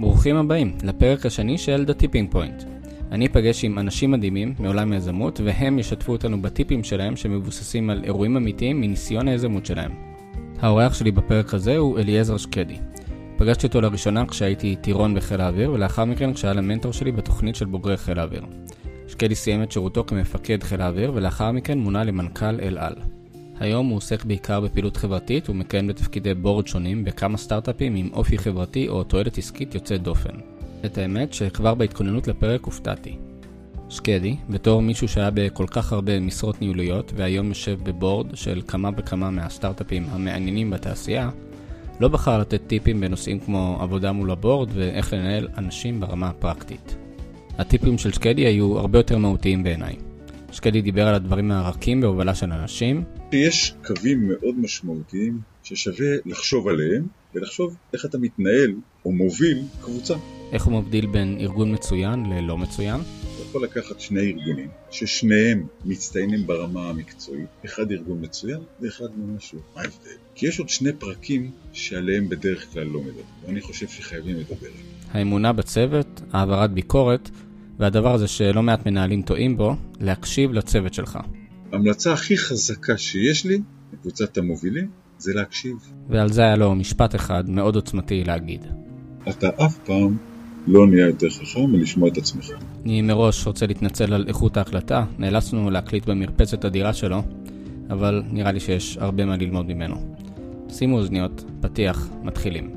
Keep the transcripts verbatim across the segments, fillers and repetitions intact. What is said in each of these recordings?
ברוכים הבאים לפרק השני של The Tipping Point. אני אפגש עם אנשים מדהימים מעולם היזמות, והם ישתפו אותנו בטיפים שלהם שמבוססים על אירועים אמיתיים מניסיון היזמות שלהם. האורח שלי בפרק הזה הוא אליעזר שקדי. פגשתי אותו לראשונה כשהייתי טירון בחיל האוויר, ולאחר מכן כשהיה למנטור שלי בתוכנית של בוגרי חיל האוויר. שקדי סיים את שירותו כמפקד חיל האוויר, ולאחר מכן מונה למנכ"ל אל על. היום הוא עוסק בעיקר בפעילות חברתית, ומכהן בתפקידי בורד שונים בכמה סטארט-אפים עם אופי חברתי או תועלת עסקית יוצאת דופן. את האמת שכבר בהתכוננות לפרק הופתעתי. שקדי, בתור מישהו שהיה בכל כך הרבה משרות ניהוליות והיום יושב בבורד של כמה וכמה מהסטארט-אפים המעניינים בתעשייה, לא בחר לתת טיפים בנושאים כמו עבודה מול הבורד ואיך לנהל אנשים ברמה הפרקטית. הטיפים של שקדי היו הרבה יותר מהותיים בעיניי. שקדי דיבר על הדברים הרכים בהובלה של אנשים. יש קווים מאוד משמעותיים ששווה לחשוב עליהם ולחשוב איך אתה מתנהל או מוביל קבוצה. איך הוא מבדיל בין ארגון מצוין ללא מצוין? אתה יכול לקחת שני ארגונים ששניהם מצטיינים ברמה המקצועית, אחד ארגון מצוין ואחד משהו. מה ההבדל? כי יש עוד שני פרקים שעליהם בדרך כלל לא מדבר, ואני חושב שחייבים לדבר. האמונה בצוות, העברת ביקורת, והדבר הזה שלא מעט מנהלים טועים בו, להקשיב לצוות שלך. ההמלצה הכי חזקה שיש לי, בקבוצת המובילים, זה להקשיב. ועל זה היה לו משפט אחד מאוד עוצמתי להגיד. אתה אף פעם לא נהיה יותר חכם מלשמוע את עצמך. אני מראש רוצה להתנצל על איכות ההקלטה, נאלצנו להקליט במרפסת הדירה שלו, אבל נראה לי שיש הרבה מה ללמוד ממנו. שימו אוזניות, פתיח, מתחילים.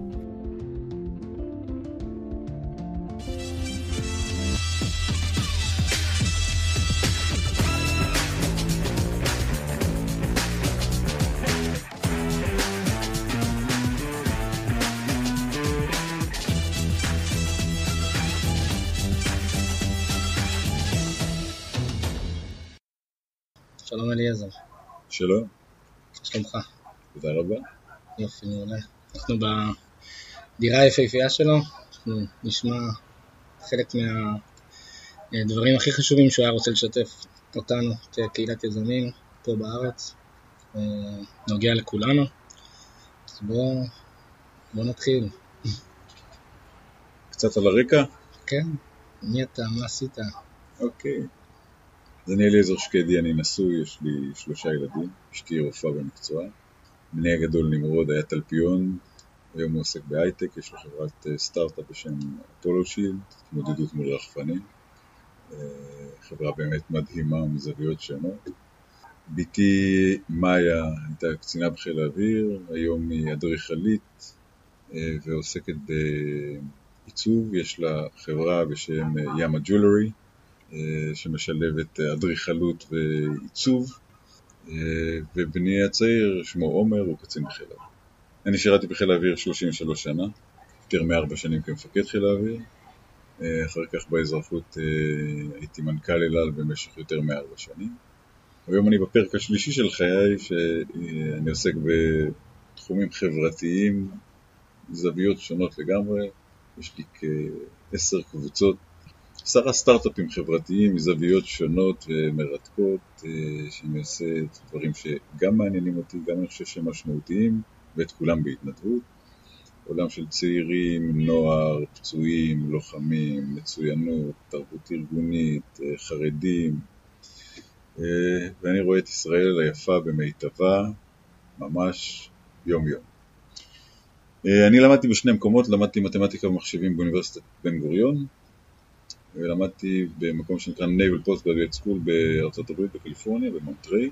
שלום אליעזר. שלום. שלומך. תודה רבה. יופי, מעולה. אנחנו בדירה היפהפייה שלו, אנחנו נשמע חלק מהדברים הכי חשובים שהוא היה רוצה לשתף אותנו כקהילת יזמים פה בארץ. נוגע לכולנו. אז בוא, בוא נתחיל. קצת על הרקע? כן. מי אתה? מה עשית? אוקיי. אז אני אליעזר שקדי, אני נשוי, יש לי שלושה ילדים, אשתי רופאה במקצוע. בני הגדול נמרוד היה תלפיון, היום הוא עוסק בהייטק, יש לו חברת סטארט-אפ בשם אפולו שילד, התמודדות מול רחפנים. חברה באמת מדהימה מזוויות שונות. ביתי מאיה הייתה קצינה בחיל האוויר, היום היא אדריכלית ועוסקת בעיצוב, יש לה חברה בשם ימה ג'ולרי, שמשלבת אדריכלות ועיצוב, ובני הצעיר שמו עומר, הוא קצין בחיל האוויר. אני שירתי בחיל האוויר שלושים ושלוש שנה, יותר מארבע שנים כמפקד חיל האוויר, אחר כך באזרחות הייתי מנכ"ל אל על במשך יותר מארבע שנים. היום אני בפרק השלישי של חיי, שאני עוסק בתחומים חברתיים, זוויות שונות לגמרי, יש לי כעשר קבוצות, עשרה סטארט-אפים חברתיים מזוויות שונות ומרתקות, שאני עושה את דברים שגם מעניינים אותי, גם אני חושב שהם משמעותיים, ואת כולם בהתנדבות. עולם של צעירים, נוער, פצועים, לוחמים, מצוינות, תרבות ארגונית, חרדים, ואני רואה את ישראל היפה במיטבה, ממש יום יום. אני למדתי בשני מקומות, למדתי מתמטיקה ומחשבים באוניברסיטת בן גוריון, ולמדתי במקום שנקרא Naval Postgraduate School בארצות הברית, בקליפורניה, במונטריי,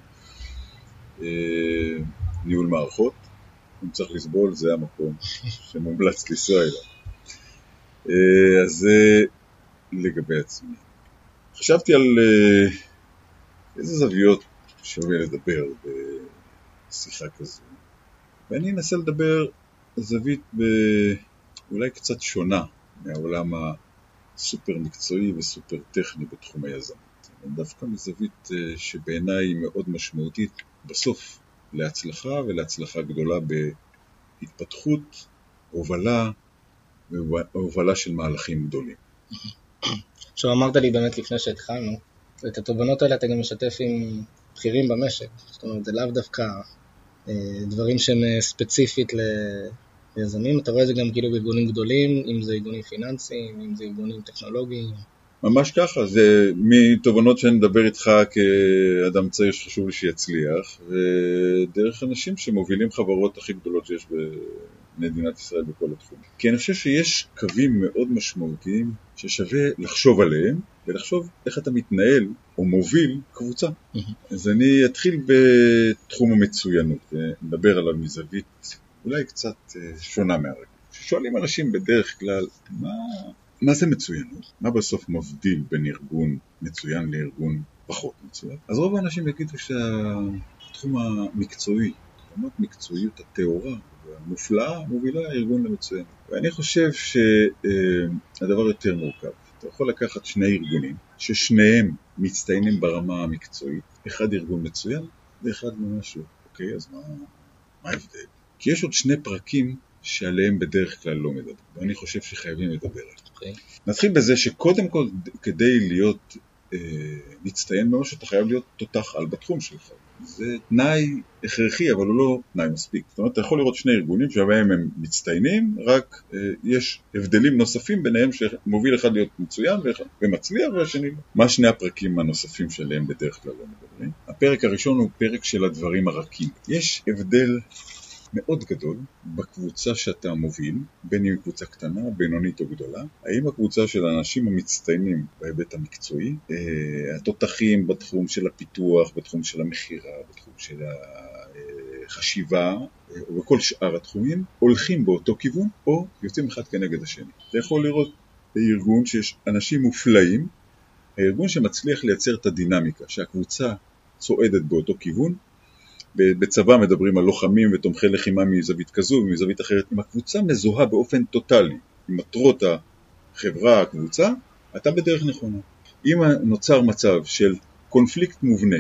ניהול מערכות. אם צריך לסבול, זה המקום שמומלץ לנסוע אליו. אז זה לגבי עצמי. חשבתי על איזה זוויות שווה לדבר בשיחה כזו, ואני אנסה לדבר זווית אולי קצת שונה מהעולם הסופר מקצועי וסופר טכני בתחום היזמות. דווקא מזווית שבעיניי היא מאוד משמעותית בסוף להצלחה ולהצלחה גדולה בהתפתחות, הובלה והובלה של מהלכים גדולים. עכשיו אמרת לי באמת לפני שהתחלנו, את התובנות האלה אתה גם משתף עם בכירים במשק, זאת אומרת זה לאו דווקא דברים שהם ספציפית יזמים, אתה רואה את זה גם כאילו בארגונים גדולים, אם זה ארגונים פיננסיים, אם זה ארגונים טכנולוגיים. ממש ככה, זה מתובנות שאני מדבר איתך כאדם צעיר שחשוב לי שיצליח, ודרך אנשים שמובילים חברות הכי גדולות שיש במדינת ישראל בכל התחום. כי אני חושב שיש קווים מאוד משמעותיים ששווה לחשוב עליהם, ולחשוב איך אתה מתנהל או מוביל קבוצה. אז אני אתחיל בתחום המצוינות, ונדבר עליו מזווית אולי קצת שונה מהרגע. ששואלים אנשים בדרך כלל, מה... מה זה מצוינות? מה בסוף מבדיל בין ארגון מצוין לארגון פחות מצוין? אז רוב האנשים יגידו שהתחום המקצועי, רמת מקצועיות התאורה והמופלאה מובילה ארגון למצוין. ואני חושב שהדבר יותר מורכב. אתה יכול לקחת שני ארגונים ששניהם מצטיינים ברמה המקצועית, אחד ארגון מצוין ואחד ממש לא. אוקיי, אז מה, מה ההבדל? כי יש עוד שני פרקים שעליהם בדרך כלל לא מדבר, ואני חושב שחייבים לדבר עליהם. Okay. נתחיל בזה שקודם כל, כדי להיות אה, מצטיין ממש, אתה חייב להיות תותח על בתחום שלך. זה תנאי הכרחי, אבל הוא לא תנאי מספיק. זאת אומרת, אתה יכול לראות שני ארגונים שבהם הם מצטיינים, רק אה, יש הבדלים נוספים ביניהם שמוביל אחד להיות מצוין ומצליח, והשני לא. מה שני הפרקים הנוספים שלהם בדרך כלל לא מדברים? הפרק הראשון הוא פרק של הדברים הרכים. יש הבדל מאוד גדול בקבוצה שאתה מוביל, בין אם קבוצה קטנה, בינונית או גדולה. האם הקבוצה של האנשים המצטיינים בהיבט המקצועי, התותחים בתחום של הפיתוח, בתחום של המחירה, בתחום של החשיבה, או בכל שאר התחומים, הולכים באותו כיוון, או יוצאים אחד כנגד השני. אתה יכול לראות בארגון שיש אנשים מופלאים, הארגון שמצליח לייצר את הדינמיקה, שהקבוצה צועדת באותו כיוון, בצבא מדברים על לוחמים ותומכי לחימה מזווית כזו ומזווית אחרת. אם הקבוצה מזוהה באופן טוטלי עם מטרות החברה, הקבוצה, אתה בדרך נכונה. אם נוצר מצב של קונפליקט מובנה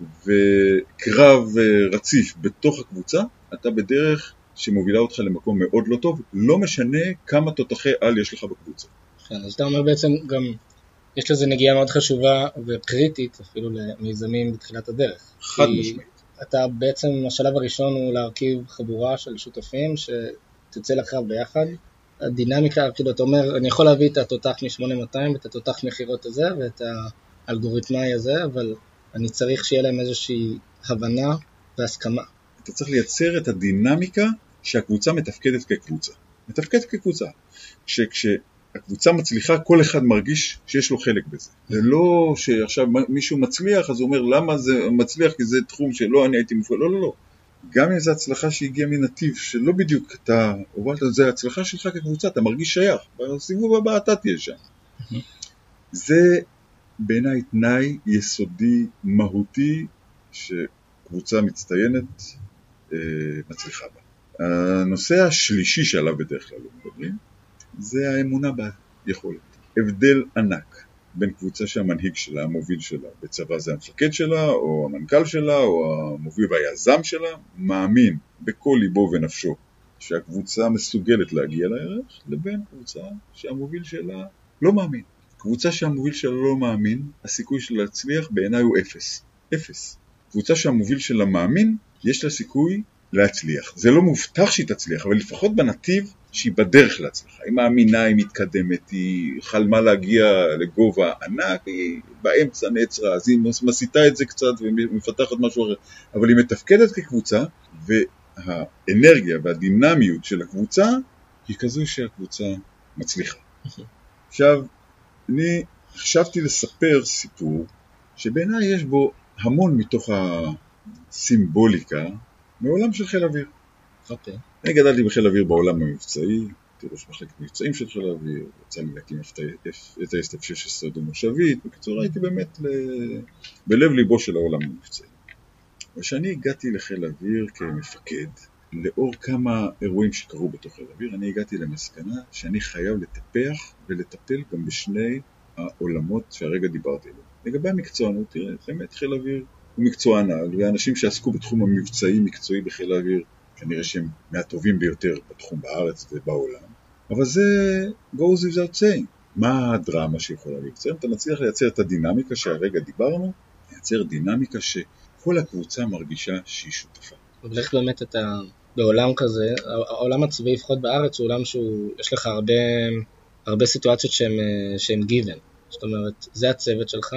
וקרב רציף בתוך הקבוצה, אתה בדרך שמובילה אותך למקום מאוד לא טוב, לא משנה כמה תותחי על יש לך בקבוצה. כן, אז אתה אומר בעצם גם, יש לזה נגיעה מאוד חשובה וקריטית אפילו למיזמים בתחילת הדרך. חד משמעית. אתה בעצם, השלב הראשון הוא להרכיב חבורה של שותפים שתצא לקרב ביחד. הדינמיקה, כאילו אתה אומר, אני יכול להביא את התותח מ-שמונה מאתיים, את התותח מחירות הזה ואת האלגוריתמאי הזה, אבל אני צריך שיהיה להם איזושהי הבנה והסכמה. אתה צריך לייצר את הדינמיקה שהקבוצה מתפקדת כקבוצה. מתפקדת כקבוצה. שכש... הקבוצה מצליחה, כל אחד מרגיש שיש לו חלק בזה. זה לא שעכשיו מישהו מצליח, אז הוא אומר למה זה מצליח, כי זה תחום שלא אני הייתי מופעל. לא, לא, לא. גם אם זו הצלחה שהגיעה מנתיב, שלא בדיוק אתה הובלת, זה הצלחה שלך כקבוצה, אתה מרגיש שייך. בסיבוב הבא אתה תהיה שם. זה בעיניי תנאי יסודי, מהותי, שקבוצה מצטיינת אה, מצליחה בה. הנושא השלישי שעליו בדרך כלל לא מדברים, זה האמונה ביכולת. הבדל ענק בין קבוצה שהמנהיג שלה, המוביל שלה, בצבא זה המפקד שלה, או המנכ"ל שלה, או המוביל והיזם שלה, מאמין בכל ליבו ונפשו שהקבוצה מסוגלת להגיע לערך, לבין קבוצה שהמוביל שלה לא מאמין. קבוצה שהמוביל שלה לא מאמין, הסיכוי שלה להצליח בעיניי הוא אפס. אפס. קבוצה שהמוביל שלה מאמין, יש לה סיכוי להצליח. זה לא מובטח שהיא תצליח, אבל לפחות בנתיב שהיא בדרך להצלחה. היא מאמינה, היא מתקדמת, היא חלמה להגיע לגובה ענק, היא באמצע נעצרה, אז היא מסיתה את זה קצת ומפתחת משהו אחר. אבל היא מתפקדת כקבוצה, והאנרגיה והדינמיות של הקבוצה היא כזו שהקבוצה מצליחה. עכשיו, אני חשבתי לספר סיפור שבעיניי יש בו המון מתוך הסימבוליקה מעולם של חיל אוויר. אוקיי. אני גדלתי בחיל אוויר בעולם המבצעי, הייתי ראש מחלקת מבצעים של חיל אוויר, יצא לי להקים את ה-אס אף שש עשרה דו-מושבית, בקיצור הייתי באמת ל... בלב ליבו של העולם המבצעי. וכשאני הגעתי לחיל אוויר כמפקד, לאור כמה אירועים שקרו בתוך חיל אוויר, אני הגעתי למסקנה שאני חייב לטפח ולטפל גם בשני העולמות שהרגע דיברתי עליהם. לגבי המקצוענות, תראה, באמת חיל אוויר הוא מקצוען, ואנשים שעסקו בתחום המבצעי מקצועי בחיל האוויר, כנראה שהם מהטובים ביותר בתחום בארץ ובעולם, אבל זה goes without saying. מה הדרמה שיכולה לייצר? אתה מצליח לייצר את הדינמיקה שהרגע דיברנו, לייצר דינמיקה שכל הקבוצה מרגישה שהיא שותפה. אבל איך באמת אתה בעולם כזה, העולם הצבאי לפחות בארץ הוא עולם שיש לך הרבה, הרבה סיטואציות שהן, שהן given. זאת אומרת, זה הצוות שלך,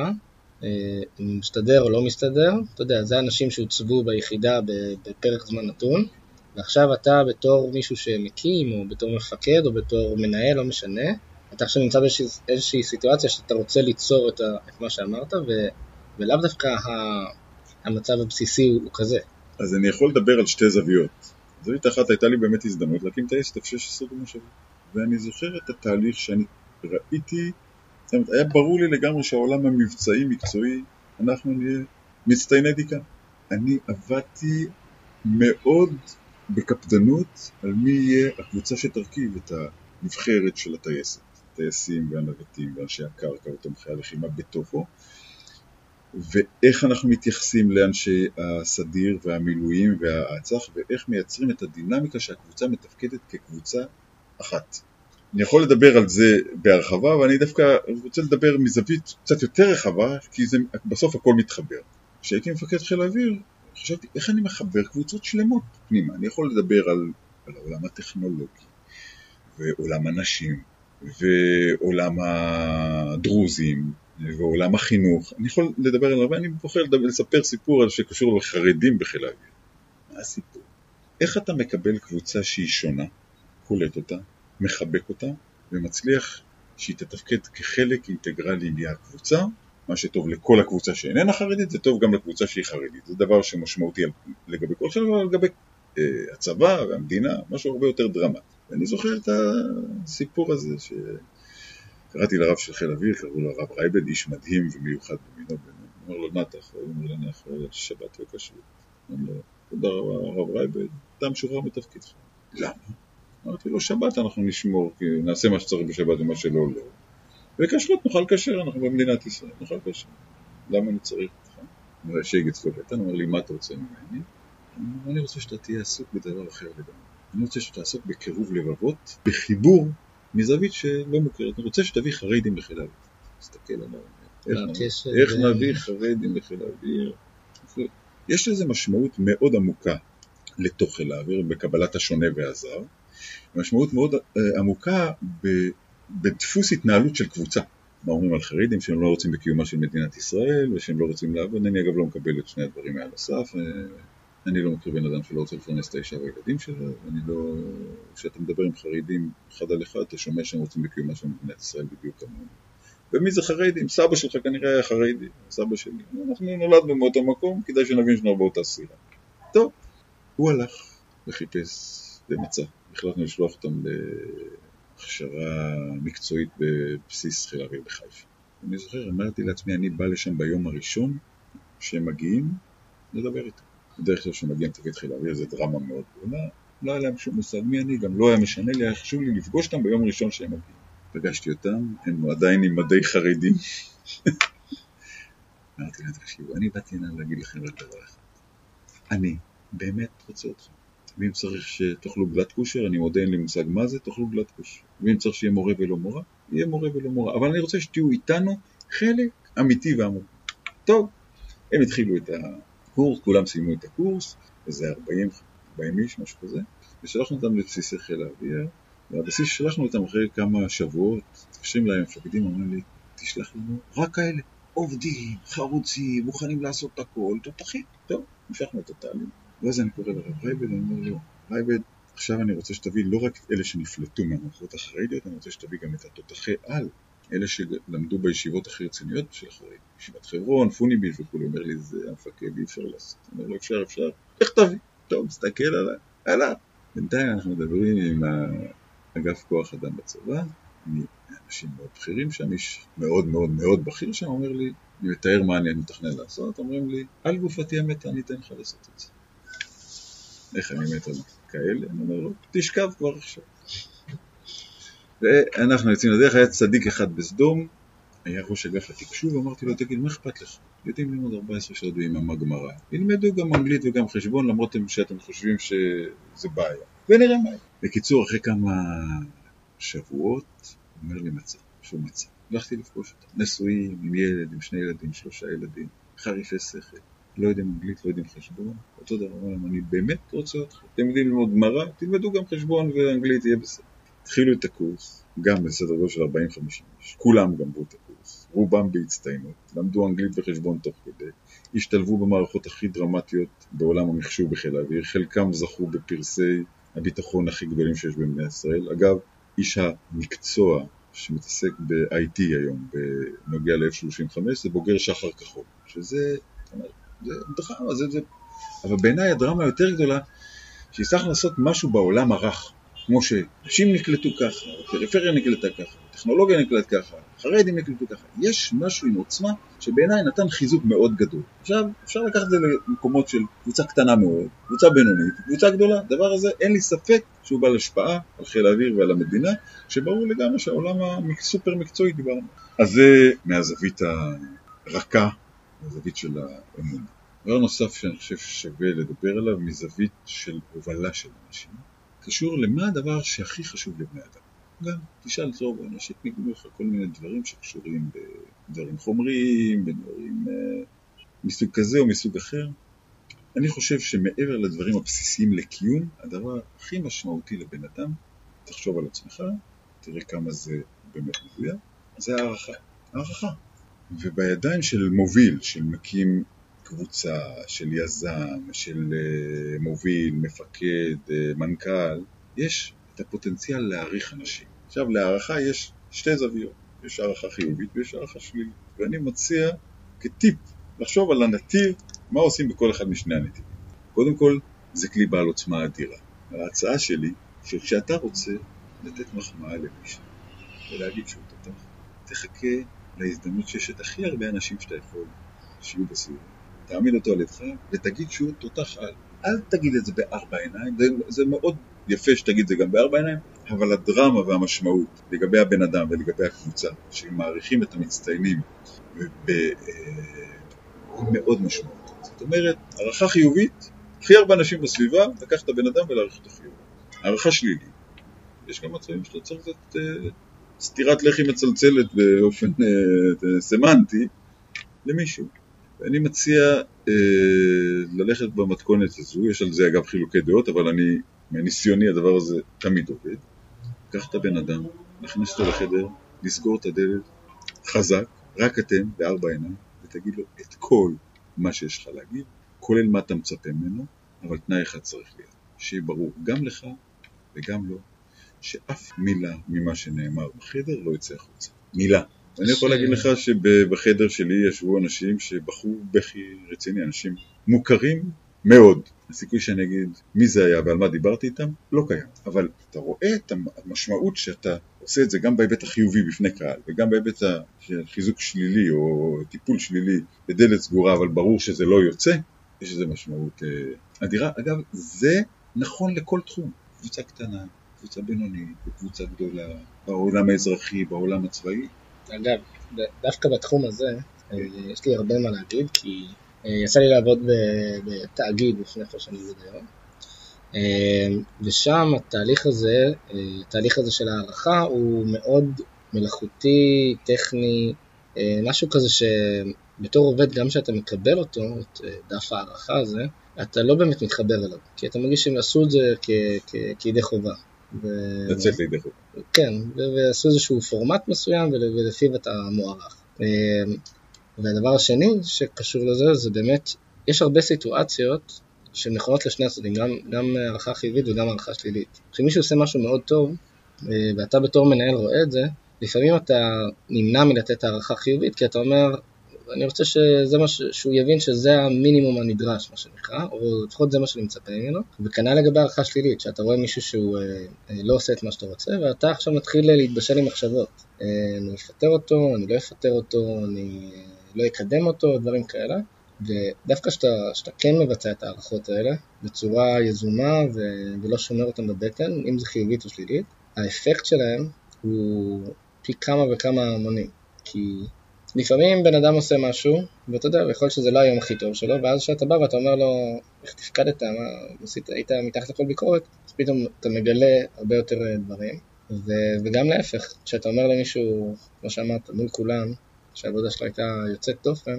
מסתדר או לא מסתדר, אתה יודע, זה האנשים שהוצבו ביחידה בפרק זמן נתון, ועכשיו אתה בתור מישהו שמקים, או בתור מפקד, או בתור מנהל, לא משנה, אתה עכשיו נמצא באיזושהי סיטואציה שאתה רוצה ליצור את, ה, את מה שאמרת, ו, ולאו דווקא ה, המצב הבסיסי הוא, הוא כזה. אז אני יכול לדבר על שתי זוויות. זווית אחת הייתה לי באמת הזדמנות להקים את ה-אס טי אף שש עשרה במושבים, ואני זוכר את התהליך שאני ראיתי, זאת אומרת, היה ברור לי לגמרי שהעולם המבצעי, מקצועי, אנחנו נהיה מצטייני דיקה. אני עבדתי מאוד בקפדנות על מי יהיה הקבוצה שתרכיב את הנבחרת של הטייסת, הטייסים והנווטים ואנשי הקרקע ותומכי הלחימה בתוכו, ואיך אנחנו מתייחסים לאנשי הסדיר והמילואים והאצ"ח, ואיך מייצרים את הדינמיקה שהקבוצה מתפקדת כקבוצה אחת. אני יכול לדבר על זה בהרחבה, ואני דווקא רוצה לדבר מזווית קצת יותר רחבה, כי זה, בסוף הכל מתחבר. כשהייתי מפקד חיל האוויר, חשבתי איך אני מחבר קבוצות שלמות פנימה. אני יכול לדבר על, על העולם הטכנולוגי, ועולם הנשים, ועולם הדרוזים, ועולם החינוך. אני יכול לדבר על הרבה, אני בוחר לספר סיפור על שקשור לחרדים בחיל האוויר. מה הסיפור? איך אתה מקבל קבוצה שהיא שונה, קולט אותה, מחבק אותה, ומצליח שהיא תתפקד כחלק אינטגרלי מהקבוצה, מה שטוב לכל הקבוצה שאיננה חרדית, זה טוב גם לקבוצה שהיא חרדית. זה דבר שמשמעותי לגבי כל חלק, אבל לגבי אה, הצבא והמדינה, משהו הרבה יותר דרמטי. ואני זוכר את הסיפור הזה שקראתי לרב של חיל אוויר, קראו לו הרב רייבד, איש מדהים ומיוחד במינו, ואומר לו, מה אתה אחראי? הוא אומר לי, אחראי על שבת וכשרות. אומר לו, תודה רבה, הרב רייבד, אתה משוחרר מתפקידך. למה? אמרתי לו, שבת אנחנו נשמור, כי נעשה מה שצריך בשבת ומה שלא לא. וכשרות נוכל קשר, אנחנו במדינת ישראל, נוכל קשר. למה אני צריך אותך? אומר, שייג אצלו קטן, אומר לי, מה אתה רוצה ממני? אני רוצה שאתה תהיה עסוק בדבר אחר לגמרי. אני רוצה שאתה עסוק בקירוב לבבות, בחיבור מזווית שלא מוכרת. אני רוצה שתביא חרדים לחיל האוויר. תסתכל עליו. איך נביא חרדים לחיל האוויר? יש לזה משמעות מאוד עמוקה לתוך חיל האוויר, בקבלת השונה והזר. משמעות מאוד עמוקה בדפוס התנהלות של קבוצה. מה אומרים על חרדים שהם לא רוצים בקיומה של מדינת ישראל, ושהם לא רוצים לעבוד. אני אגב לא מקבל את שני הדברים האלה לסף. אני לא מכיר בן אדם שלא רוצה לפרנס את האישה והילדים שלו. אני לא... כשאתה מדבר עם חרדים אחד על אחד, אתה שומע שהם רוצים בקיומה של מדינת ישראל בדיוק כמונו. ומי זה חרדים? סבא שלך כנראה היה חרדי, סבא שלי. אנחנו נולדנו מאותו מקום, כדאי שנבין שאנחנו באותה סירה. טוב, הוא הלך וחיפש ומצא. החלטנו לשלוח אותם להכשרה מקצועית בבסיס חיל האוויר בחיפה. אני זוכר, אמרתי לעצמי, אני בא לשם ביום הראשון שהם מגיעים לדבר איתם. בדרך כלל שמגיעים תפקיד חיל האוויר, זה דרמה מאוד גדולה. לא היה להם שום מושג מי אני, גם לא היה משנה לי, היה חשוב לי לפגוש אותם ביום הראשון שהם מגיעים. פגשתי אותם, הם עדיין עם מדי חרדים. אמרתי להם, תקשיבו, אני באתי הנה להגיד לכם רק דבר אחד. אני באמת רוצה אתכם. ואם צריך שתאכלו גלת קושר, אני מודה אין לי מושג מה זה, תאכלו גלת קושר. ואם צריך שיהיה מורה ולא מורה, יהיה מורה ולא מורה. אבל אני רוצה שתהיו איתנו חלק אמיתי ועמוק. טוב, הם התחילו את הקורס, כולם סיימו את הקורס, וזה ארבעים, ארבעים איש, משהו כזה, ושלחנו אותם לבסיסי חיל האוויר, והבסיס שלחנו אותם אחרי כמה שבועות, תקשרים להם, מפקדים, אומרים לי, תשלח לנו רק כאלה, עובדים, חרוצים, מוכנים לעשות את הכל, תותחים. טוב, המשכנו את התהליך. ואז אני קורא לרב רייבד, אני אומר לו, רייבד, עכשיו אני רוצה שתביא לא רק אלה שנפלטו מהמערכות החרדיות, אני רוצה שתביא גם את התותחי על, אלה שלמדו בישיבות הכי רציניות של החרדים, ישיבת חברון, פוניביל וכו', אומר לי, זה המפקד, אי אפשר לעשות. אני אומר לו, אפשר, אפשר, איך תביא? טוב, מסתכל עליי, עליי. בינתיים אנחנו מדברים עם אגף כוח אדם בצבא, אנשים מאוד בכירים שם, איש מאוד מאוד מאוד בכיר שם, אומר לי, אני מתאר מה אני מתכנן לעשות, אומרים לי, על גופתי המתה, אני אתן לך לעשות את זה. איך אני מת על כאלה? אני אומר לו, תשכב כבר עכשיו. ואנחנו יוצאים לדרך, היה צדיק אחד בסדום, היה ראש אגף התקשוב, אמרתי לו, תגיד, מה אכפת לך? יודעים ללמוד ארבע עשרה שעות עם הגמרא. ילמדו גם אנגלית וגם חשבון, למרות שאתם חושבים שזה בעיה. ונראה מה. בקיצור, אחרי כמה שבועות, הוא אומר לי מצא, שהוא מצא. הלכתי לפגוש אותם. נשואים, עם ילד, עם שני ילדים, שלושה ילדים, חריפי שכל. לא יודעים אנגלית, לא יודעים חשבון, אותו דבר, אני באמת רוצה אותך, אתם יודעים ללמוד גמרא, תלמדו גם חשבון ואנגלית יהיה בסדר. התחילו את הקורס, גם בסדר גודל של ארבעים חמישים איש, כולם גמרו את הקורס, רובם בהצטיינות, למדו אנגלית וחשבון תוך כדי, השתלבו במערכות הכי דרמטיות בעולם המחשוב בחיל האוויר, חלקם זכו בפרסי הביטחון הכי גדולים שיש במדינת ישראל. אגב, איש המקצוע שמתעסק ב-איי טי היום, בנוגע ל-אף שלושים וחמש, זה בוגר שחר כחול, שזה, זה דרמה, זה, זה, אבל בעיניי הדרמה היותר גדולה, שיצטרך לעשות משהו בעולם הרך, כמו שנשים נקלטו ככה, פריפריה נקלטה ככה, טכנולוגיה נקלט ככה, חרדים נקלטו ככה. יש משהו עם עוצמה שבעיניי נתן חיזוק מאוד גדול. עכשיו, אפשר לקחת את זה למקומות של קבוצה קטנה מאוד, קבוצה בינונית, קבוצה גדולה. דבר הזה, אין לי ספק שהוא בעל השפעה על חיל האוויר ועל המדינה, שברור לגמרי שהעולם הסופר מקצועי דיברנו. אז זה מהזווית הרכה, מהזווית של האמונה. דבר נוסף שאני חושב ששווה לדבר עליו, מזווית של הובלה של אנשים. קשור למה הדבר שהכי חשוב לבני אדם. גם תשאל טוב, אנשים נגמרו לך כל מיני דברים שקשורים בדברים חומריים, בדברים אה, מסוג כזה או מסוג אחר. אני חושב שמעבר לדברים הבסיסיים לקיום, הדבר הכי משמעותי לבן אדם, תחשוב על עצמך, תראה כמה זה באמת מדויק, זה הערכה. הערכה. ובידיים של מוביל, של מקים קבוצה, של יזם, של uh, מוביל, מפקד, uh, מנכ"ל, יש את הפוטנציאל להעריך אנשים. עכשיו, להערכה יש שתי זוויות. יש הערכה חיובית ויש הערכה שלילית. ואני מציע כטיפ לחשוב על הנתיב, מה עושים בכל אחד משני הנתיבים. קודם כל, זה כלי בעל עוצמה אדירה. ההצעה שלי, שכשאתה רוצה לתת מחמאה למישהו, ולהגיד שהוא תותח, תחכה להזדמנות שיש את הכי הרבה אנשים שאתה יכול שיהיו בסביבה. תעמיד אותו על ידך ותגיד שהוא תותח על. אל תגיד את זה בארבע עיניים, זה, זה מאוד יפה שתגיד את זה גם בארבע עיניים, אבל הדרמה והמשמעות לגבי הבן אדם ולגבי הקבוצה, שמעריכים את המצטיינים, ב, אה, מאוד משמעות. זאת אומרת, הערכה חיובית, הכי הרבה אנשים בסביבה, לקח את הבן אדם ולהעריך אותו חיובי. הערכה שלילית. יש גם מצבים שאתה צריך את אה, סתירת לחי מצלצלת באופן אה, סמנטי למישהו. ואני מציע אה, ללכת במתכונת הזו, יש על זה אגב חילוקי דעות, אבל אני, מניסיוני הדבר הזה תמיד עובד. קח את הבן אדם, נכנס אותו לחדר, לסגור את הדלת, חזק, רק אתם, בארבע עיניים, ותגיד לו את כל מה שיש לך להגיד, כולל מה אתה מצפה ממנו, אבל תנאי אחד צריך להיות, שיהיה ברור גם לך וגם לו, שאף מילה ממה שנאמר בחדר לא יצא החוצה. מילה. אני יכול להגיד לך שבחדר שלי ישבו אנשים שבחרו בכי רציני, אנשים מוכרים מאוד. הסיכוי שאני אגיד מי זה היה ועל מה דיברתי איתם, לא קיים. אבל אתה רואה את המשמעות שאתה עושה את זה גם בהיבט החיובי בפני קהל, וגם בהיבט החיזוק שלילי או טיפול שלילי בדלת סגורה, אבל ברור שזה לא יוצא, יש איזו משמעות אדירה. אגב, זה נכון לכל תחום. קבוצה קטנה, קבוצה בינונית, קבוצה גדולה, בעולם האזרחי, בעולם הצבאי. אגב, דווקא בתחום הזה, יש לי הרבה מה להגיד, כי יצא לי לעבוד בתאגיד לפני איפה שאני עובד היום, ושם התהליך הזה, התהליך הזה של הערכה הוא מאוד מלאכותי, טכני, משהו כזה שבתור עובד גם שאתה מקבל אותו, את דף הערכה הזה, אתה לא באמת מתחבר אליו, כי אתה מרגיש שהם עשו את זה כידי חובה. לצאת לידי חובה. כן, ועשו איזשהו פורמט מסוים ולפיו אתה מוערך. והדבר השני שקשור לזה זה באמת, יש הרבה סיטואציות שנכונות לשני הצדדים, גם, גם הערכה חיובית וגם הערכה שלילית. כשמישהו עושה משהו מאוד טוב, ואתה בתור מנהל רואה את זה, לפעמים אתה נמנע מלתת הערכה חיובית, כי אתה אומר, אני רוצה שזה מה ש... שהוא יבין שזה המינימום הנדרש, מה שנקרא, או לפחות זה מה שאני מצפה ממנו. וכנ"ל לגבי הערכה שלילית, שאתה רואה מישהו שהוא אה, לא עושה את מה שאתה רוצה, ואתה עכשיו מתחיל להתבשל עם מחשבות. אה, אני אפטר אותו, אני לא אפטר אותו, אני לא אקדם אותו, דברים כאלה. ודווקא שאתה, שאתה כן מבצע את הערכות האלה, בצורה יזומה ו... ולא שומר אותם בבטן, אם זה חיובית או שלילית, האפקט שלהם הוא פי כמה וכמה מונים. כי לפעמים בן אדם עושה משהו, ואתה יודע, יכול להיות שזה לא היום הכי טוב שלו, ואז שאתה בא ואתה אומר לו, איך תפקדת, מה, עשית, היית מתחת לכל ביקורת, אז פתאום אתה מגלה הרבה יותר דברים, ו, וגם להפך, כשאתה אומר למישהו, כמו שאמרת, מול כולם, שהעבודה שלו הייתה יוצאת דופן,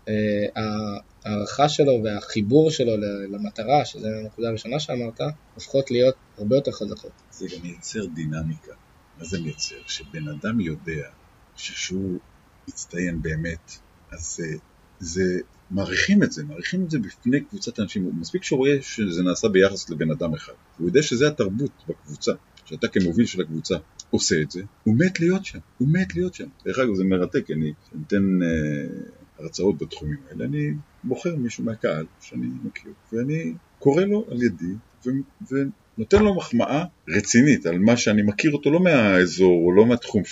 הערכה שלו והחיבור שלו למטרה, שזה הנקודה הראשונה שאמרת, הופכות להיות הרבה יותר חזקות. זה גם ייצר דינמיקה. מה זה מייצר? שבן אדם יודע ששהוא יצטיין באמת, אז זה, זה מעריכים את זה, מעריכים את זה בפני קבוצת אנשים. מספיק שרואה שזה נעשה ביחס לבן אדם אחד. הוא יודע שזה התרבות בקבוצה, שאתה כמוביל של הקבוצה עושה את זה, הוא מת להיות שם, הוא מת להיות שם. דרך אגב, זה מרתק, אני נותן אה, הרצאות בתחומים האלה, אני בוחר מישהו מהקהל שאני מכיר, ואני קורא לו על ידי, ו... ו... נותן לו מחמאה רצינית על מה שאני מכיר אותו, לא מהאזור או לא מהתחום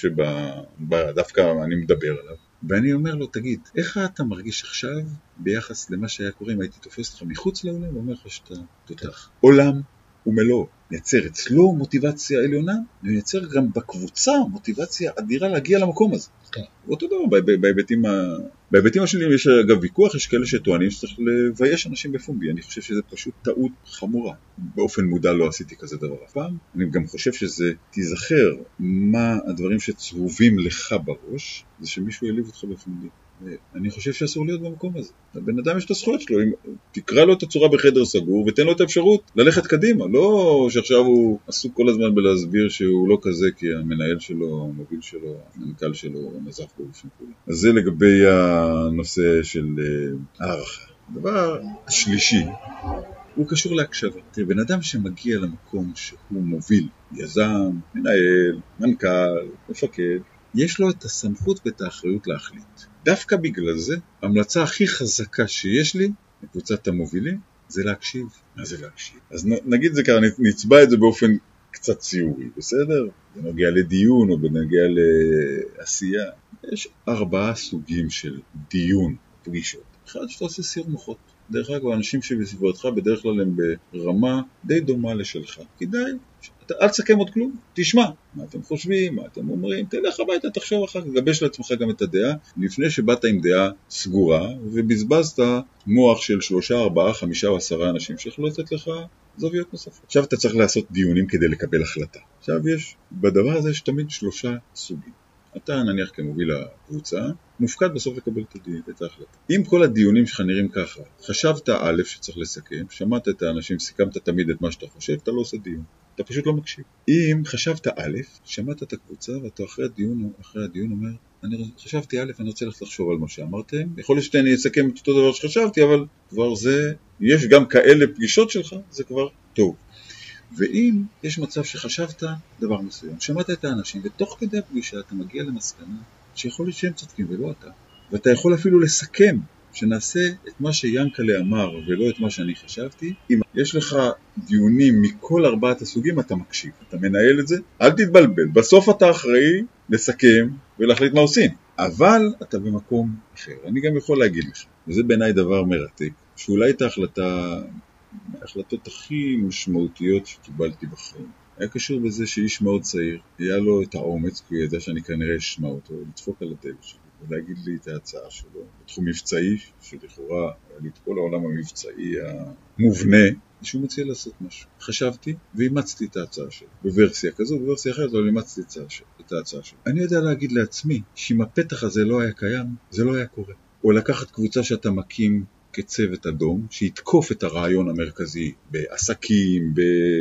שדווקא אני מדבר עליו. ואני אומר לו, תגיד, איך אתה מרגיש עכשיו ביחס למה שהיה קורה אם הייתי תופס לך מחוץ לעולם ואומר לך שאתה תותח? עולם ומלוא נייצר אצלו מוטיבציה עליונה, ונייצר גם בקבוצה מוטיבציה אדירה להגיע למקום הזה. כן. אותו דבר, בהיבטים, בהיבטים השונים יש אגב ויכוח, יש כאלה שטוענים שצריך לבייש אנשים בפומבי. אני חושב שזה פשוט טעות חמורה. באופן מודע לא עשיתי כזה דבר אף פעם. אני גם חושב שזה תיזכר מה הדברים שצרובים לך בראש, זה שמישהו יליב אותך בפומבי. אני חושב שאסור להיות במקום הזה. הבן אדם יש את הזכויות שלו, תקרא לו את הצורה בחדר סגור ותן לו את האפשרות ללכת קדימה, לא שעכשיו הוא עסוק כל הזמן בלהסביר שהוא לא כזה כי המנהל שלו, המוביל שלו, המנכ"ל שלו נזף בו בשביל כולם. אז זה לגבי הנושא של הערכה. הדבר השלישי הוא קשור להקשבה. תראה, בן אדם שמגיע למקום שהוא מוביל, יזם, מנהל, מנכ"ל, מפקד, יש לו את הסמכות ואת האחריות להחליט. דווקא בגלל זה, המלצה הכי חזקה שיש לי, בקבוצת המובילים, זה להקשיב. מה זה להקשיב? אז נגיד זה ככה, נצבע את זה באופן קצת ציורי, בסדר? בנוגע לדיון או בנוגע לעשייה. יש ארבעה סוגים של דיון, פגישות. אחד שאתה עושה סיר מוחות. דרך אגב, האנשים שבסביבתך בדרך כלל הם ברמה די דומה לשלך. כדאי, אתה, אל תסכם עוד כלום, תשמע מה אתם חושבים, מה אתם אומרים, תלך הביתה, תחשוב אחר כך, גבש לעצמך גם את הדעה, לפני שבאת עם דעה סגורה, ובזבזת מוח של שלושה, ארבעה, חמישה או עשרה אנשים שיכולו לתת לך זוויות נוספות. עכשיו אתה צריך לעשות דיונים כדי לקבל החלטה. עכשיו יש, בדבר הזה יש תמיד שלושה סוגים. אתה נניח כמוביל הקבוצה, מופקד בסוף לקבל את ההחלטה. אם כל הדיונים שלך נראים ככה, חשבת א' שצריך לסכם, שמעת את האנשים, סיכמת תמיד את מה שאתה חושב, אתה לא עושה דיון. אתה פשוט לא מקשיב. אם חשבת א', שמעת את הקבוצה, ואתה אחרי הדיון, אחרי הדיון אומר, אני חשבתי א', אני רוצה ללכת לחשוב על מה שאמרתם. יכול להיות שאני אסכם את אותו דבר שחשבתי, אבל כבר זה, יש גם כאלה פגישות שלך, זה כבר טוב. ואם יש מצב שחשבת דבר מסוים, שמעת את האנשים, ותוך כדי הפגישה אתה מגיע למסקנה שיכול להיות שהם צודקים ולא אתה. ואתה יכול אפילו לסכם שנעשה את מה שיאנקלה אמר ולא את מה שאני חשבתי. אם יש לך דיונים מכל ארבעת הסוגים, אתה מקשיב, אתה מנהל את זה, אל תתבלבל. בסוף אתה אחראי לסכם ולהחליט מה עושים. אבל אתה במקום אחר. אני גם יכול להגיד לך, וזה בעיניי דבר מרתק, שאולי את ההחלטה, ההחלטות הכי משמעותיות שקיבלתי בחיים, היה קשור בזה שאיש מאוד צעיר, היה לו את האומץ, כי הוא ידע שאני כנראה אשמע אותו, לדפוק על הדלת שלי, ולהגיד לי את ההצעה שלו, בתחום מבצעי, שלכאורה היה לי את כל העולם המבצעי המובנה, שהוא מציע לעשות משהו. חשבתי ואימצתי את ההצעה שלו, בוורסיה כזו, בוורסיה אחרת, אבל אימצתי את ההצעה שלו. אני יודע להגיד לעצמי, שאם הפתח הזה לא היה קיים, זה לא היה קורה. או לקחת קבוצה שאתה מקים כצוות אדום, שיתקוף את הרעיון המרכזי בעסקים,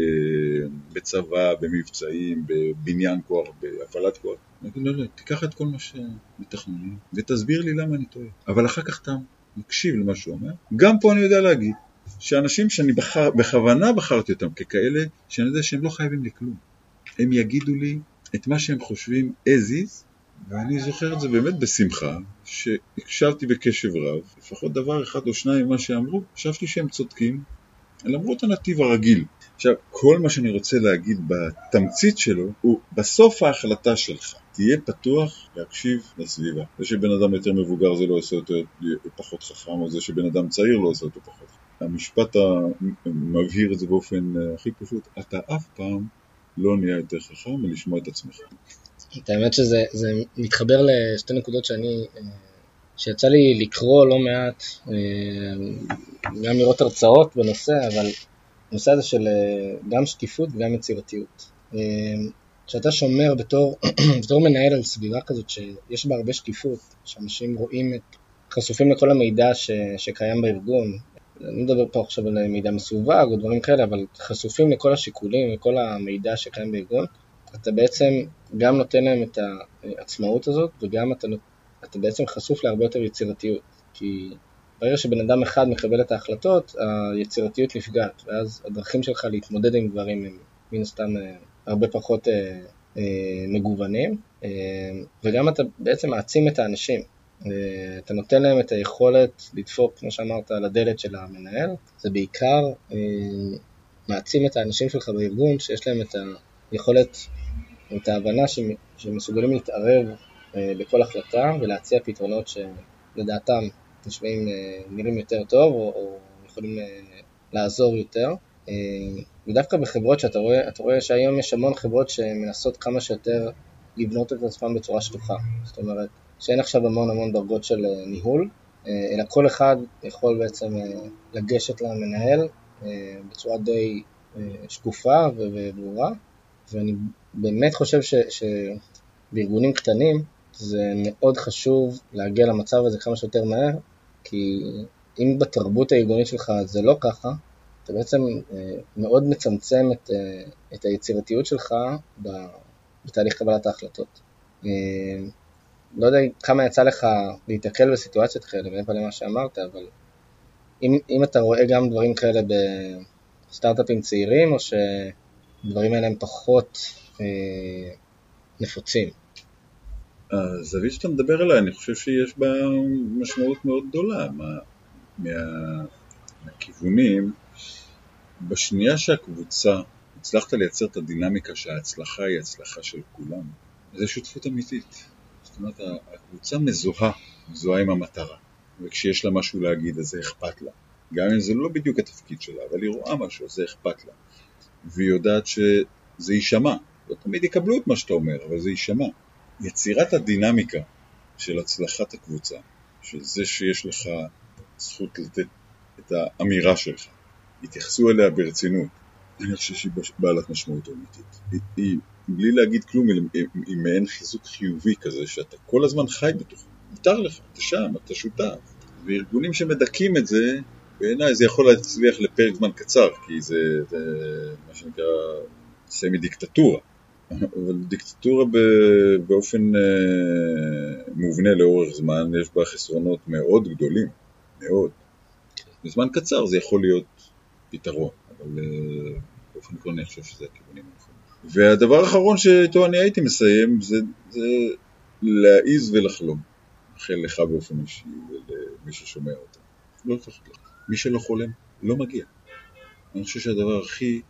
בצבא, במבצעים, בבניין כוח, בהפעלת כוח. אני אגיד, לא, לא, תיקח את כל מה שמתכננים, ותסביר לי למה אני טועה. אבל אחר כך אתה מקשיב למה שהוא אומר. גם פה אני יודע להגיד, שאנשים שאני בחר, בכוונה בחרתי אותם ככאלה, שאני יודע שהם לא חייבים לי כלום. הם יגידו לי את מה שהם חושבים as is, ואני זוכר את זה באמת בשמחה, שהקשבתי בקשב רב, לפחות דבר אחד או שניים ממה שאמרו, חשבתי שהם צודקים, למרות הנתיב הרגיל. עכשיו, כל מה שאני רוצה להגיד בתמצית שלו, הוא בסוף ההחלטה שלך. תהיה פתוח להקשיב לסביבה. זה שבן אדם יותר מבוגר זה לא עושה אותו פחות חכם, או זה שבן אדם צעיר לא עושה אותו פחות חכם. המשפט המבהיר את זה באופן הכי פשוט, אתה אף פעם לא נהיה יותר חכם מלשמוע את עצמך. את האמת שזה זה מתחבר לשתי נקודות שאני, שיצא לי לקרוא לא מעט, גם לראות הרצאות בנושא, אבל הנושא הזה של גם שקיפות וגם יצירתיות. כשאתה שומר בתור, בתור מנהל על סביבה כזאת שיש בה הרבה שקיפות, שאנשים רואים את חשופים לכל המידע ש, שקיים בארגון. אני לא מדבר פה עכשיו על מידע מסווג או דברים כאלה, אבל חשופים לכל השיקולים, לכל המידע שקיים בארגון. אתה בעצם גם נותן להם את העצמאות הזאת, וגם אתה, אתה בעצם חשוף להרבה יותר יצירתיות. כי ברגע שבן אדם אחד מקבל את ההחלטות, היצירתיות נפגעת, ואז הדרכים שלך להתמודד עם דברים הם מן הסתם הרבה פחות אה, אה, מגוונים, אה, וגם אתה בעצם מעצים את האנשים. אתה נותן להם את היכולת לדפוק, כמו שאמרת, על הדלת של המנהל. זה בעיקר אה, מעצים את האנשים שלך בארגון, שיש להם את היכולת, את ההבנה שמסוגלים להתערב אה, בכל החלטה, ולהציע פתרונות שלדעתם נשמעים, אה, נראים יותר טוב, או, או יכולים אה, לעזור יותר. אה, ודווקא בחברות שאתה רואה, אתה רואה שהיום יש המון חברות שמנסות כמה שיותר לבנות את עצמם בצורה שטוחה. זאת אומרת, שאין עכשיו המון המון דרגות של ניהול, אלא כל אחד יכול בעצם לגשת למנהל בצורה די שקופה וברורה, ואני באמת חושב ש, שבארגונים קטנים זה מאוד חשוב להגיע למצב הזה כמה שיותר מהר, כי אם בתרבות הארגונית שלך זה לא ככה, אתה בעצם מאוד מצמצם את, את היצירתיות שלך בתהליך קבלת ההחלטות. לא יודע כמה יצא לך להתקל בסיטואציות כאלה, ואין פה למה שאמרת, אבל אם, אם אתה רואה גם דברים כאלה בסטארט-אפים צעירים, או שדברים האלה הם פחות אה, נפוצים? הזווית שאתה מדבר עליה, אני חושב שיש בה משמעות מאוד גדולה, מה, מה, מהכיוונים. בשנייה שהקבוצה, הצלחת לייצר את הדינמיקה שההצלחה היא הצלחה של כולם, זה שותפות אמיתית. זאת אומרת, הקבוצה מזוהה, מזוהה עם המטרה, וכשיש לה משהו להגיד, אז זה אכפת לה. גם אם זה לא בדיוק התפקיד שלה, אבל היא רואה משהו, אז זה אכפת לה. והיא יודעת שזה יישמע. לא תמיד יקבלו את מה שאתה אומר, אבל זה יישמע. יצירת הדינמיקה של הצלחת הקבוצה, של זה שיש לך זכות לתת את האמירה שלך, התייחסו אליה ברצינות, אני חושב שהיא בעלת משמעות אמיתית. היא, היא בלי להגיד כלום, היא מעין חיזוק חיובי כזה, שאתה כל הזמן חי בתוך. מותר לך, אתה שם, אתה שותף. וארגונים שמדקים את זה, בעיניי זה יכול להצליח לפרק זמן קצר, כי זה, זה מה שנקרא סמי דיקטטורה. אבל דיקטטורה באופן מובנה לאורך זמן, יש בה חסרונות מאוד גדולים, מאוד. בזמן קצר זה יכול להיות פתרון, אבל באופן כלל אני חושב שזה הכיוונים הנכונים. והדבר האחרון שאיתו אני הייתי מסיים, זה, זה להעיז ולחלום. אחל לך באופן אישי ולמי ששומע אותה. לא לפחד לך. מי שלא חולם, לא מגיע. אני חושב שהדבר הכי,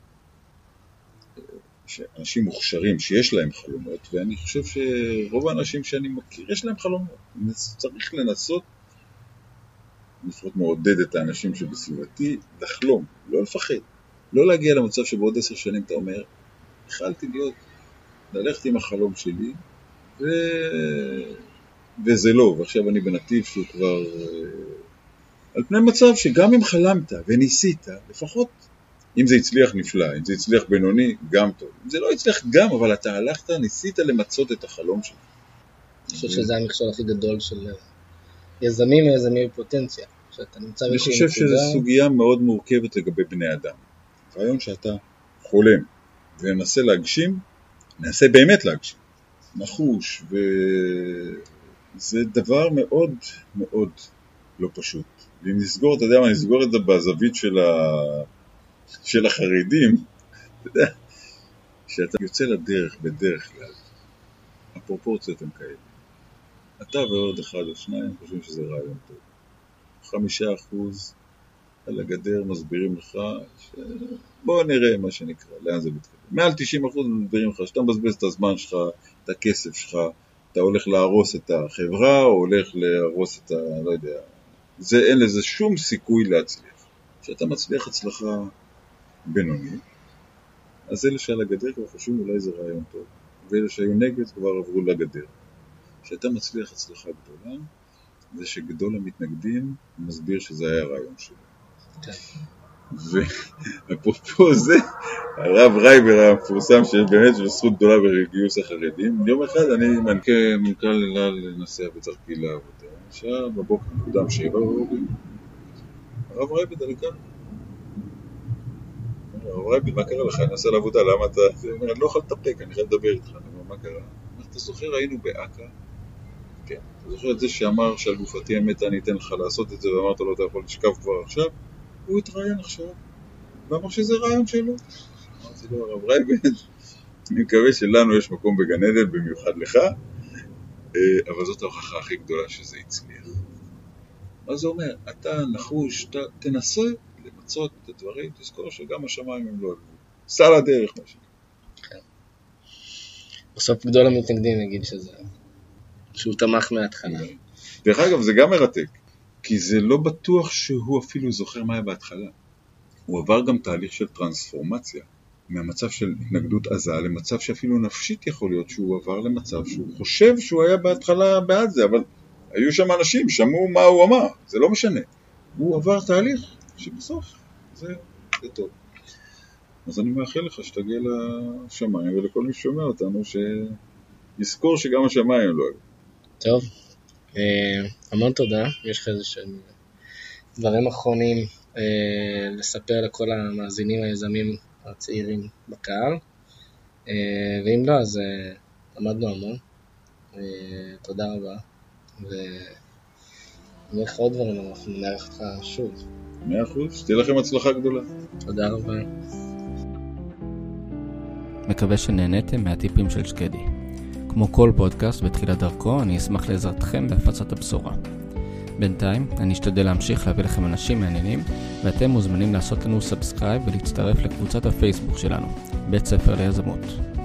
שאנשים מוכשרים, שיש להם חלומות, ואני חושב שרוב האנשים שאני מכיר, יש להם חלומות. צריך לנסות, לפחות מעודד את האנשים שבסביבתי, לחלום, לא לפחד. לא להגיע למצב שבעוד עשר שנים אתה אומר, התחלתי להיות, ללכת עם החלום שלי, ו... וזה לא, ועכשיו אני בנתיב שהוא כבר, על פני מצב שגם אם חלמת וניסית, לפחות, אם זה הצליח נפלא, אם זה הצליח בינוני, גם טוב. אם זה לא הצליח גם, אבל אתה הלכת, ניסית למצות את החלום שלך. אני חושב שזה המכשול הכי גדול של יזמים ויזמים בפוטנציה. אני חושב שזו סוגיה מאוד מורכבת לגבי בני אדם. רעיון שאתה חולם וננסה להגשים, ננסה באמת להגשים. נחוש, וזה דבר מאוד מאוד לא פשוט. ואם נסגור, אתה יודע מה, נסגור את זה בזווית של, ה... של החרדים, אתה יודע, שאתה יוצא לדרך בדרך כלל, הפרופורציות הן כאלה. אתה ועוד אחד או שניים חושבים שזה רעיון טוב. חמישה אחוז על הגדר מסבירים לך, בוא נראה מה שנקרא, לאן זה מתקדם. מעל תשעים אחוז מסבירים לך, שאתה מבזבז את הזמן שלך, את הכסף שלך, אתה הולך להרוס את החברה, או הולך להרוס את ה... לא יודע, זה, אין לזה שום סיכוי להצליח. כשאתה מצליח הצלחה בינונית, אז אלה שעל הגדר כבר חושבים אולי זה רעיון טוב, ואלה שהיו נגד כבר עברו לגדר. כשאתה מצליח הצלחה גדולה, זה שגדול המתנגדים מסביר שזה היה הרעיון שלו. כן. ואפרופו זה, הרב רייבר המפורסם שבאמת יש זכות גדולה בגיוס החרדים, יום אחד אני מנכ"ל מנכ"ל אל נסע בדרכי לעבודה, שעה בבוקר מוקדם שבע ורוגים, הרב רייבר דליקה, הרב רייבר, מה קרה לך? אני אעשה לעבודה, למה אתה... אני לא יכול לטפק, אני יכול לדבר איתך, אני אומר, מה קרה? אתה זוכר, היינו באקה, כן, אתה זוכר את זה שאמר שעל גופתי המתה אני אתן לך לעשות את זה, ואמרת לו, אתה יכול לשכב כבר עכשיו? הוא התראיין עכשיו, ואמר שזה רעיון שלו. אמרתי לו, הרב רייבן, אני מקווה שלנו יש מקום בגן עדן, במיוחד לך, אבל זאת ההוכחה הכי גדולה שזה הצליח. מה זה אומר? אתה נחוש, אתה תנסה למצות את הדברים, תזכור שגם השמיים הם לא עלו. סל הדרך, משהו. כן. בסוף גדול המתנגדים נגיד שזה, שהוא תמך מההתחלה. דרך אגב, זה גם מרתק. כי זה לא בטוח שהוא אפילו זוכר מה היה בהתחלה. הוא עבר גם תהליך של טרנספורמציה, מהמצב של התנגדות עזה למצב שאפילו נפשית יכול להיות שהוא עבר למצב שהוא חושב שהוא היה בהתחלה בעד זה, אבל היו שם אנשים, שמעו מה הוא אמר, זה לא משנה. הוא עבר תהליך שבסוף זה, זה טוב. אז אני מאחל לך שתגיע לשמיים ולכל מי ששומע אותנו שיזכור שגם השמיים לא היו. טוב. המון תודה, יש לך איזה שהם דברים אחרונים לספר לכל המאזינים היזמים הצעירים בקהל, ואם לא אז עמדנו המון, תודה רבה, ואם יש עוד דברים אנחנו נערך לך שוב. מאה אחוז, שתהיה לכם הצלחה גדולה. תודה רבה. מקווה שנהניתם מהטיפים של שקדי. כמו כל פודקאסט בתחילת דרכו, אני אשמח לעזרתכם בהפצת הבשורה. בינתיים, אני אשתדל להמשיך להביא לכם אנשים מעניינים, ואתם מוזמנים לעשות לנו סאבסקרייב ולהצטרף לקבוצת הפייסבוק שלנו, בית ספר ליזמות.